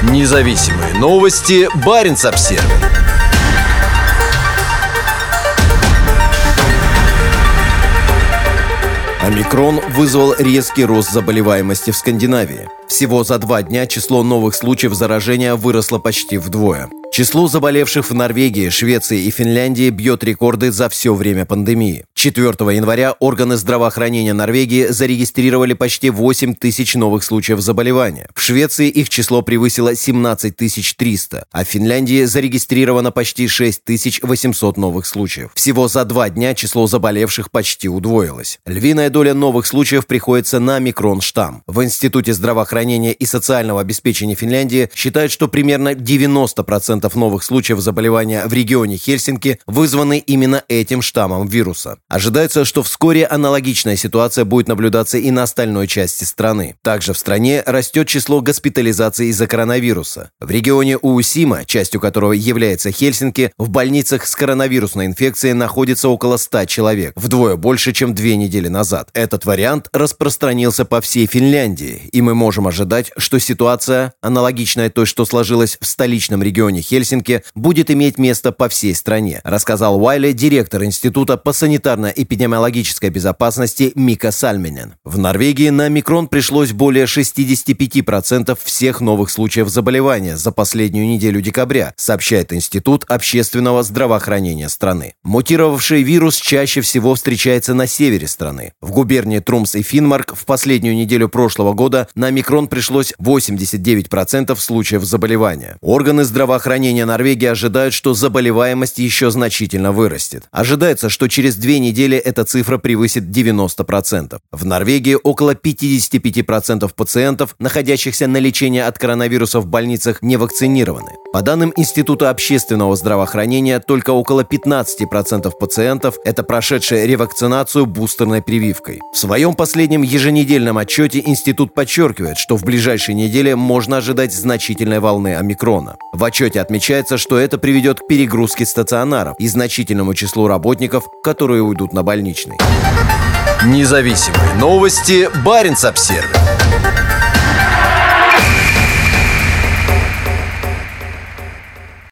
Независимые новости. Баренц-Обсервис. Омикрон вызвал резкий рост заболеваемости в Скандинавии. Всего за 2 дня число новых случаев заражения выросло почти вдвое. Число заболевших в Норвегии, Швеции и Финляндии бьет рекорды за все время пандемии. 4 января органы здравоохранения Норвегии зарегистрировали почти 8 тысяч новых случаев заболевания. В Швеции их число превысило 17 300, а в Финляндии зарегистрировано почти 6 800 новых случаев. Всего за 2 дня число заболевших почти удвоилось. Львиная доля новых случаев приходится на омикрон-штамм. В Институте здравоохранения и социального обеспечения Финляндии считают, что примерно 90% новых случаев заболевания в регионе Хельсинки вызваны именно этим штаммом вируса. Ожидается, что вскоре аналогичная ситуация будет наблюдаться и на остальной части страны. Также в стране растет число госпитализаций из-за коронавируса. В регионе Уусима, частью которого является Хельсинки, в больницах с коронавирусной инфекцией находится около 100 человек, вдвое больше, чем 2 недели назад. Этот вариант распространился по всей Финляндии, и мы можем ожидать, что ситуация, аналогичная той, что сложилась в столичном регионе Хельсинки, будет иметь место по всей стране, рассказал Уайли, директор Института по санитарно-эпидемиологической безопасности Мика Сальминен. В Норвегии на омикрон пришлось более 65% всех новых случаев заболевания за последнюю неделю декабря, сообщает Институт общественного здравоохранения страны. Мутировавший вирус чаще всего встречается на севере страны. В губернии Трумс и Финмарк в последнюю неделю прошлого года на омикрон пришлось 89% случаев заболевания. Органы здравоохранения Норвегии ожидают, что заболеваемость еще значительно вырастет. Ожидается, что через 2 недели эта цифра превысит 90%. В Норвегии около 55% пациентов, находящихся на лечении от коронавируса в больницах, не вакцинированы. По данным Института общественного здравоохранения, только около 15% пациентов – это прошедшие ревакцинацию бустерной прививкой. В своем последнем еженедельном отчете Институт подчеркивает, что в ближайшие недели можно ожидать значительной волны омикрона. В отчете отмечается, что это приведет к перегрузке стационаров и значительному числу работников, которые уйдут на больничный. Независимые новости. Баренц-Обсервис.